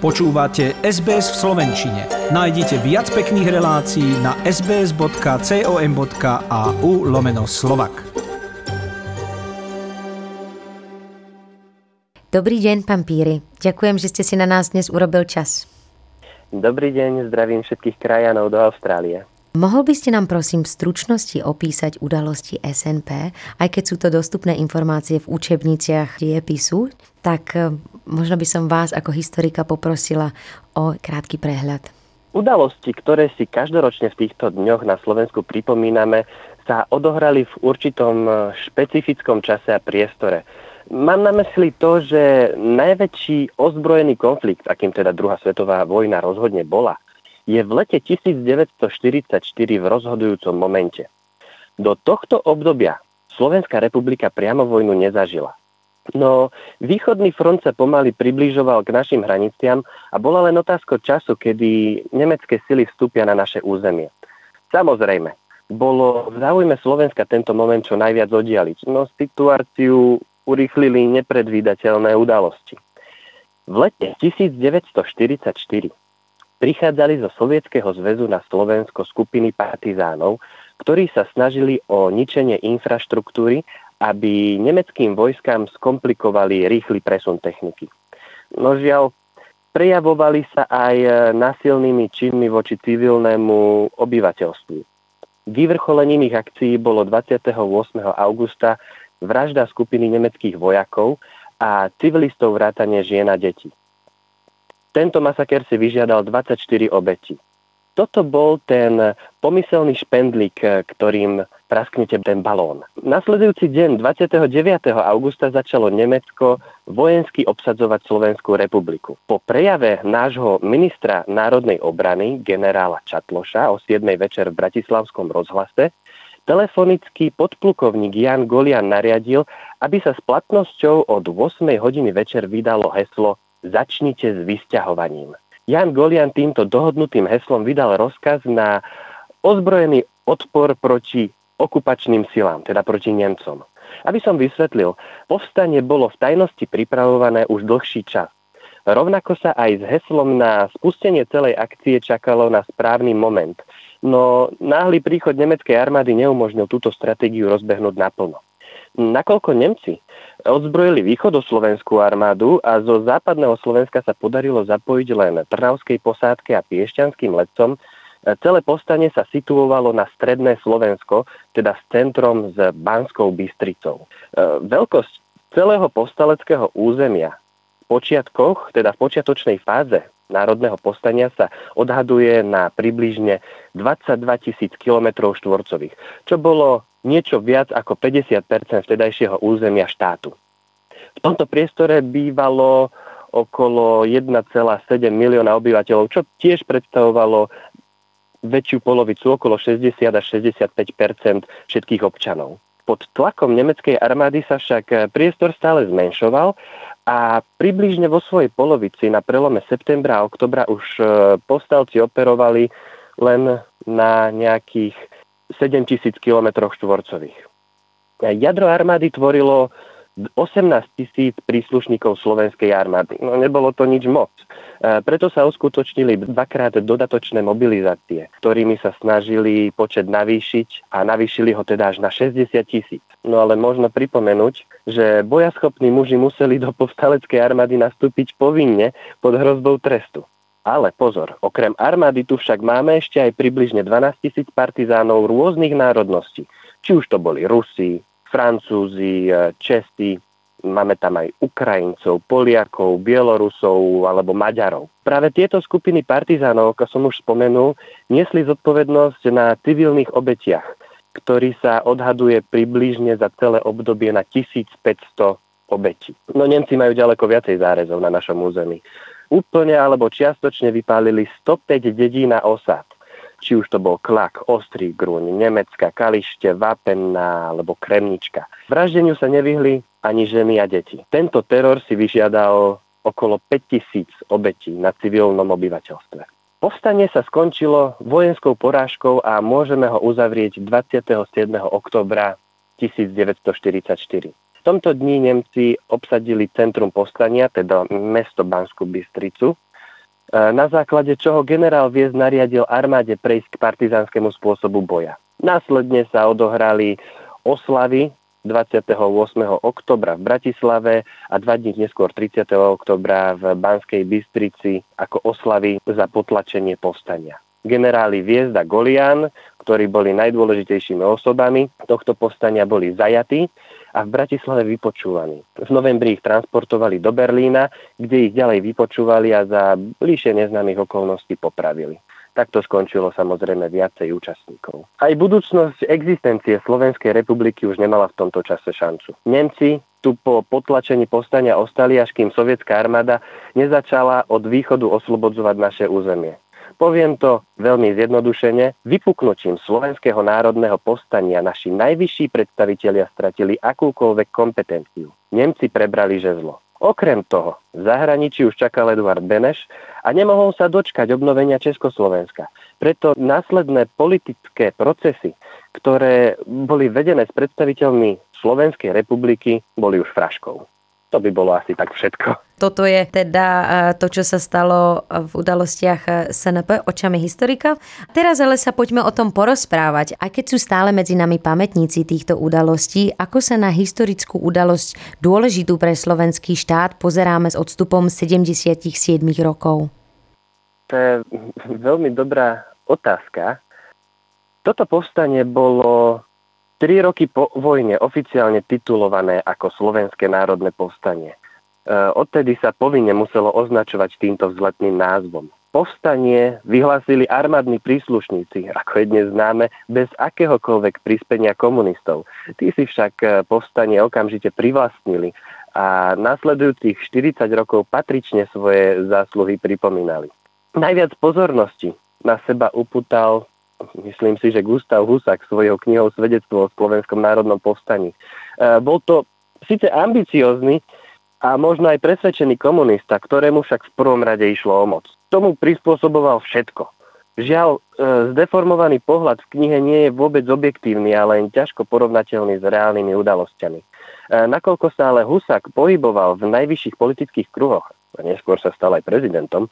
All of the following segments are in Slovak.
Počúvate SBS v slovenčine. Nájdite viac pekných relácií na sbs.com.au/Slovak. Dobrý deň, pán Píry. Ďakujem, že ste si na nás dnes urobil čas. Dobrý deň, zdravím všetkých krajanov do Austrálie. Mohol by ste nám prosím v stručnosti opísať udalosti SNP, aj keď sú to dostupné informácie v učebniciach diepisu, tak možno by som vás ako historika poprosila o krátky prehľad. Udalosti, ktoré si každoročne v týchto dňoch na Slovensku pripomíname, sa odohrali v určitom špecifickom čase a priestore. Mám na mysli to, že najväčší ozbrojený konflikt, akým teda druhá svetová vojna rozhodne bola, je v lete 1944 v rozhodujúcom momente. Do tohto obdobia Slovenská republika priamo vojnu nezažila. No východný front sa pomaly približoval k našim hraniciam a bola len otázka času, kedy nemecké sily vstúpia na naše územie. Samozrejme, bolo v záujme Slovenska tento moment čo najviac oddialiť, no situáciu urýchlili nepredvídateľné udalosti. V lete 1944 prichádzali zo Sovietskeho zväzu na Slovensko skupiny partizánov, ktorí sa snažili o ničenie infraštruktúry, aby nemeckým vojskám skomplikovali rýchly presun techniky. No žiaľ, prejavovali sa aj násilnými činmi voči civilnému obyvateľstvu. Vyvrcholením ich akcií bolo 28. augusta vražda skupiny nemeckých vojakov a civilistov vrátane žien a detí. Tento masaker si vyžiadal 24 obetí. Toto bol ten pomyselný špendlík, ktorým prasknete ten balón. Nasledujúci deň 29. augusta začalo Nemecko vojensky obsadzovať Slovenskú republiku. Po prejave nášho ministra národnej obrany, generála Čatloša, o 7. večer v Bratislavskom rozhlase, telefonický podplukovník Jan Golian nariadil, aby sa s platnosťou od 8. hodiny večer vydalo heslo Začnite s vysťahovaním. Jan Golian týmto dohodnutým heslom vydal rozkaz na ozbrojený odpor proti okupačným silám, teda proti Nemcom. Aby som vysvetlil, povstanie bolo v tajnosti pripravované už dlhší čas. Rovnako sa aj s heslom na spustenie celej akcie čakalo na správny moment, no náhly príchod nemeckej armády neumožnil túto stratégiu rozbehnúť naplno. Nakoľko Nemci odzbrojili východoslovenskú armádu a zo západného Slovenska sa podarilo zapojiť len Trnavskej posádke a Piešťanským letcom, celé povstanie sa situovalo na stredné Slovensko, teda s centrom s Banskou Bystricou. Veľkosť celého povstaleckého územia v počiatkoch, teda v počiatočnej fáze národného povstania sa odhaduje na približne 22 000 km štvorcových, čo bolo niečo viac ako 50% vtedajšieho územia štátu. V tomto priestore bývalo okolo 1,7 milióna obyvateľov, čo tiež predstavovalo väčšiu polovicu, okolo 60 až 65% všetkých občanov. Pod tlakom nemeckej armády sa však priestor stále zmenšoval a približne vo svojej polovici na prelome septembra a októbra už povstalci operovali len na nejakých 7 000 km štvorcových. Jadro armády tvorilo 18 000 príslušníkov slovenskej armády. No nebolo to nič moc. Preto sa uskutočnili dvakrát dodatočné mobilizácie, ktorými sa snažili počet navýšiť a navýšili ho teda až na 60 000. No ale možno pripomenúť, že bojaschopní muži museli do povstaleckej armády nastúpiť povinne pod hrozbou trestu. Ale pozor, okrem armády tu však máme ešte aj približne 12 000 partizánov rôznych národností. Či už to boli Rusi, Francúzi, Česi, máme tam aj Ukrajincov, Poliakov, Bielorusov alebo Maďarov. Práve tieto skupiny partizánov, ako som už spomenul, niesli zodpovednosť na civilných obetiach, ktorý sa odhaduje približne za celé obdobie na 1500 obetí. No Nemci majú ďaleko viacej zárezov na našom území. Úplne alebo čiastočne vypálili 105 dedín a osád. Či už to bol Klak, Ostrý Grúň, Nemecka, Kalište, Vápenná alebo Kremnička. Vraždeniu sa nevyhli ani ženy a deti. Tento teror si vyžiadal okolo 5000 obetí na civilnom obyvateľstve. Povstanie sa skončilo vojenskou porážkou a môžeme ho uzavrieť 27. októbra 1944. V tomto dni Nemci obsadili centrum povstania, teda mesto Banskú Bystricu, na základe čoho generál Viesť nariadil armáde prejsť k partizánskému spôsobu boja. Následne sa odohrali oslavy 28. oktobra v Bratislave a 2 dní neskôr 30. oktobra v Banskej Bystrici ako oslavy za potlačenie povstania. Generáli Viesť a Golián, ktorí boli najdôležitejšími osobami tohto povstania, boli zajatí a v Bratislave vypočúvaní. V novembri ich transportovali do Berlína, kde ich ďalej vypočúvali a za bližšie neznámych okolností popravili. Takto skončilo samozrejme viacej účastníkov. Aj budúcnosť existencie Slovenskej republiky už nemala v tomto čase šancu. Nemci tu po potlačení povstania ostali, až kým sovietská armáda nezačala od východu oslobodzovať naše územie. Poviem to veľmi zjednodušene, vypuknutím Slovenského národného povstania naši najvyšší predstavitelia stratili akúkoľvek kompetenciu. Nemci prebrali žezlo. Okrem toho, v zahraničí už čakal Eduard Beneš a nemohol sa dočkať obnovenia Československa. Preto následné politické procesy, ktoré boli vedené s predstaviteľmi Slovenskej republiky, boli už fraškou. To by bolo asi tak všetko. Toto je teda to, čo sa stalo v udalostiach SNP očami historika. Teraz ale sa poďme o tom porozprávať. Aj keď sú stále medzi nami pamätníci týchto udalostí, ako sa na historickú udalosť dôležitú pre slovenský štát pozeráme s odstupom 77 rokov? To je veľmi dobrá otázka. Toto povstanie bolo 3 roky po vojne oficiálne titulované ako Slovenské národné povstanie. Odtedy sa povinne muselo označovať týmto vzletným názvom. Povstanie vyhlásili armádni príslušníci, ako je dnes známe, bez akéhokoľvek prispenia komunistov. Tí si však povstanie okamžite privlastnili a nasledujúcich 40 rokov patrične svoje zásluhy pripomínali. Najviac pozornosti na seba upútal, myslím si, že Gustav Husák svojou knihou Svedectvo o slovenskom národnom povstaní. Bol to síce ambiciózny a možno aj presvedčený komunista, ktorému však v prvom rade išlo o moc. Tomu prispôsoboval všetko. Žiaľ, zdeformovaný pohľad v knihe nie je vôbec objektívny, ale len ťažko porovnateľný s reálnymi udalosťami. Nakoľko sa ale Husák pohyboval v najvyšších politických kruhoch, a neskôr sa stal aj prezidentom,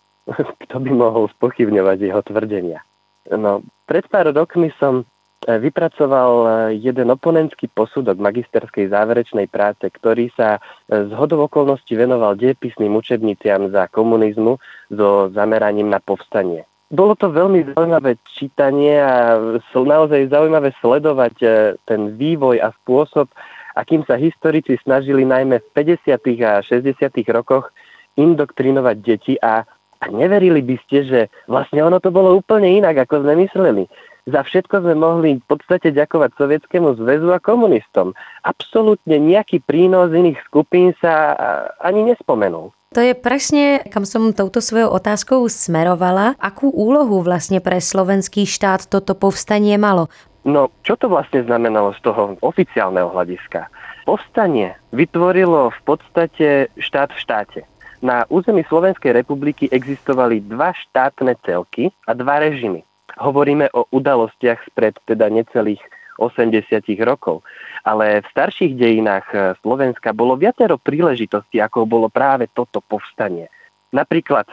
kto by mohol spochybňovať jeho tvrdenia. No, pred pár rokmi som vypracoval jeden oponentský posudok magisterskej záverečnej práce, ktorý sa z hodou okolností venoval dejepisným učebniciam za komunizmu so zameraním na povstanie. Bolo to veľmi zaujímavé čítanie a naozaj zaujímavé sledovať ten vývoj a spôsob, akým sa historici snažili najmä v 50. a 60. rokoch indoktrinovať deti a neverili by ste, že vlastne ono to bolo úplne inak, ako sme mysleli. Za všetko sme mohli v podstate ďakovať Sovietskému zväzu a komunistom. Absolútne nejaký prínos iných skupín sa ani nespomenul. To je presne, kam som touto svojou otázkou smerovala. Akú úlohu vlastne pre slovenský štát toto povstanie malo? No, čo to vlastne znamenalo z toho oficiálneho hľadiska? Povstanie vytvorilo v podstate štát v štáte. Na území Slovenskej republiky existovali 2 štátne celky a 2 režimy. Hovoríme o udalostiach spred teda necelých 80 rokov. Ale v starších dejinách Slovenska bolo viacero príležitostí, ako bolo práve toto povstanie. Napríklad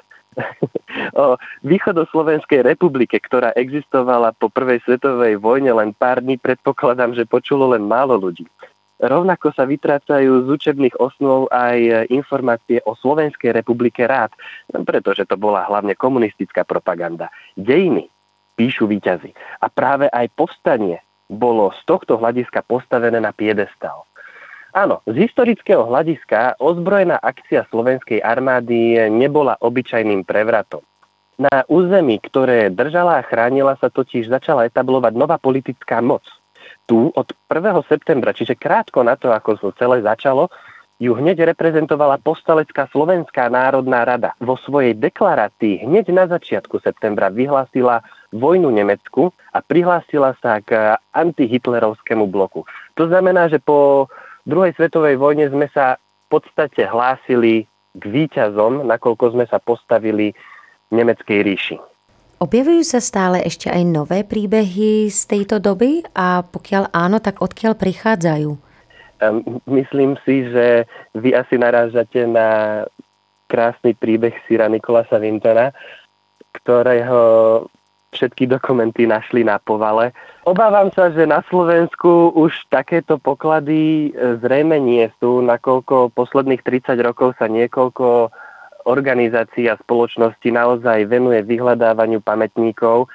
o východoslovenskej republike, ktorá existovala po prvej svetovej vojne len pár dní, predpokladám, že počulo len málo ľudí. Rovnako sa vytrácajú z učebných osnov aj informácie o Slovenskej republike rád, pretože to bola hlavne komunistická propaganda. Dejiny píšu víťazi. A práve aj povstanie bolo z tohto hľadiska postavené na piedestál. Áno, z historického hľadiska ozbrojená akcia slovenskej armády nebola obyčajným prevratom. Na území, ktoré držala a chránila, sa totiž začala etablovať nová politická moc. Tu od 1. septembra, čiže krátko na to, ako to celé začalo, ju hneď reprezentovala povstalecká Slovenská národná rada. Vo svojej deklarácii hneď na začiatku septembra vyhlásila vojnu Nemecku a prihlásila sa k antihitlerovskému bloku. To znamená, že po druhej svetovej vojne sme sa v podstate hlásili k víťazom, nakoľko sme sa postavili nemeckej ríši. Objavujú sa stále ešte aj nové príbehy z tejto doby a pokiaľ áno, tak odkiaľ prichádzajú? Myslím si, že vy asi narážate na krásny príbeh Sira Nicolasa Wintona, ktorého všetky dokumenty našli na povale. Obávam sa, že na Slovensku už takéto poklady zrejme nie sú, nakoľko posledných 30 rokov sa niekoľko organizácií a spoločností naozaj venuje vyhľadávaniu pamätníkov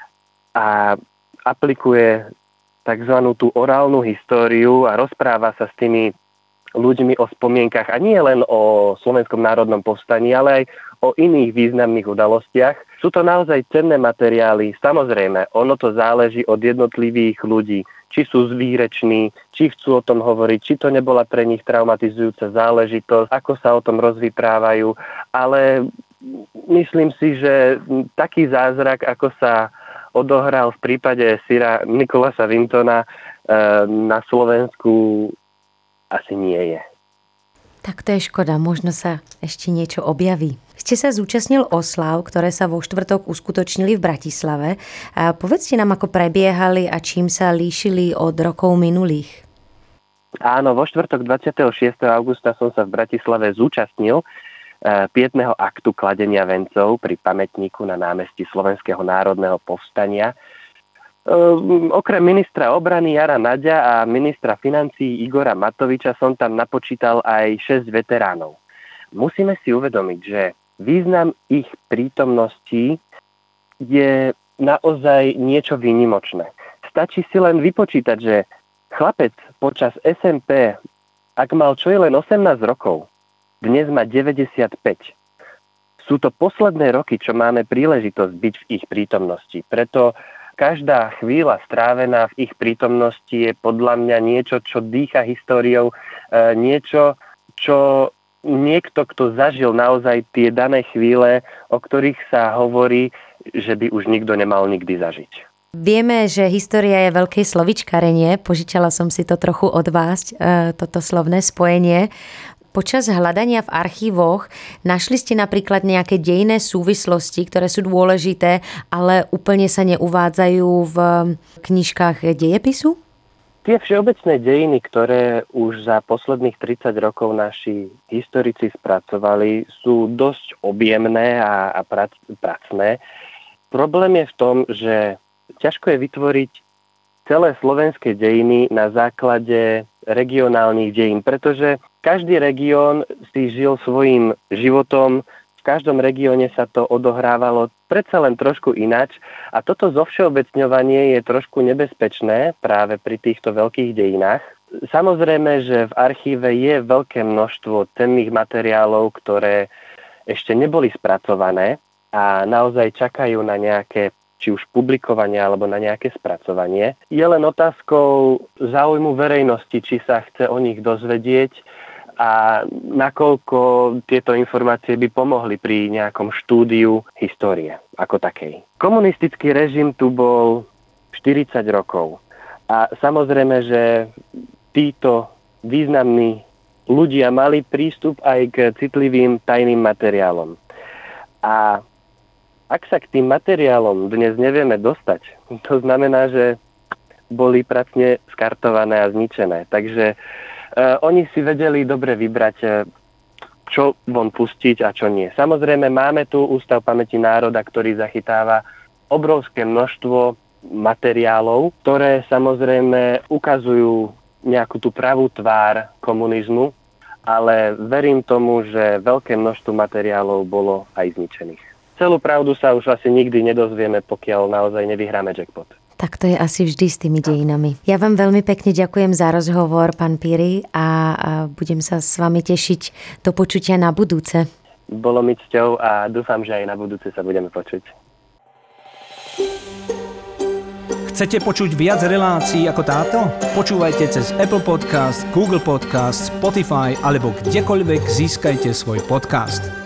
a aplikuje tzv. Tú orálnu históriu a rozpráva sa s tými ľuďmi o spomienkach a nie len o Slovenskom národnom povstaní, ale aj o iných významných udalostiach. Sú to naozaj cenné materiály. Samozrejme, ono to záleží od jednotlivých ľudí, či sú zvíreční, či chcú o tom hovoriť, či to nebola pre nich traumatizujúca záležitosť, ako sa o tom rozvyprávajú, ale myslím si, že taký zázrak, ako sa odohral v prípade Sira Nicolasa Wintona na Slovensku, asi nie je. Tak to je škoda, možno sa ešte niečo objaví. Ste sa zúčastnil oslav, ktoré sa vo štvrtok uskutočnili v Bratislave. A povedzte nám, ako prebiehali a čím sa líšili od rokov minulých. Áno, vo štvrtok 26. augusta som sa v Bratislave zúčastnil pietného aktu kladenia vencov pri pamätníku na námestí Slovenského národného povstania. Okrem ministra obrany Jara Naďa a ministra financií Igora Matoviča som tam napočítal aj 6 veteránov. Musíme si uvedomiť, že význam ich prítomnosti je naozaj niečo výnimočné. Stačí si len vypočítať, že chlapec počas SMP, ak mal čo je len 18 rokov, dnes má 95. Sú to posledné roky, čo máme príležitosť byť v ich prítomnosti. Preto každá chvíľa strávená v ich prítomnosti je podľa mňa niečo, čo dýcha históriou, niečo, čo niekto, kto zažil naozaj tie dané chvíle, o ktorých sa hovorí, že by už nikto nemal nikdy zažiť. Vieme, že história je veľké slovičkarenie. Požičala som si to trochu od vás, toto slovné spojenie. Počas hľadania v archívoch našli ste napríklad nejaké dejinné súvislosti, ktoré sú dôležité, ale úplne sa neuvádzajú v knižkách dejepisu? Tie všeobecné dejiny, ktoré už za posledných 30 rokov naši historici spracovali, sú dosť objemné a pracné. Problém je v tom, že ťažko je vytvoriť celé slovenské dejiny na základe regionálnych dejín, pretože každý región si žil svojím životom, v každom regióne sa to odohrávalo predsa len trošku ináč a toto zovšeobecňovanie je trošku nebezpečné práve pri týchto veľkých dejinách. Samozrejme, že v archíve je veľké množstvo cenných materiálov, ktoré ešte neboli spracované a naozaj čakajú na nejaké či už publikovanie alebo na nejaké spracovanie. Je len otázkou záujmu verejnosti, či sa chce o nich dozvedieť a nakoľko tieto informácie by pomohli pri nejakom štúdiu histórie ako takej. Komunistický režim tu bol 40 rokov a samozrejme, že títo významní ľudia mali prístup aj k citlivým tajným materiálom. A ak sa k tým materiálom dnes nevieme dostať, to znamená, že boli pracne skartované a zničené. Takže oni si vedeli dobre vybrať, čo von pustiť a čo nie. Samozrejme, máme tu Ústav pamäti národa, ktorý zachytáva obrovské množstvo materiálov, ktoré samozrejme ukazujú nejakú tú pravú tvár komunizmu, ale verím tomu, že veľké množstvo materiálov bolo aj zničených. Celú pravdu sa už asi nikdy nedozvieme, pokiaľ naozaj nevyhráme jackpot. Tak to je asi vždy s tými dejinami. Ja vám veľmi pekne ďakujem za rozhovor, pán Píry, a budem sa s vami tešiť do počutia na budúce. Bolo mi cťou a dúfam, že aj na budúce sa budeme počuť. Chcete počuť viac relácií ako táto? Počúvajte cez Apple Podcast, Google Podcast, Spotify alebo kdekoľvek získajte svoj podcast.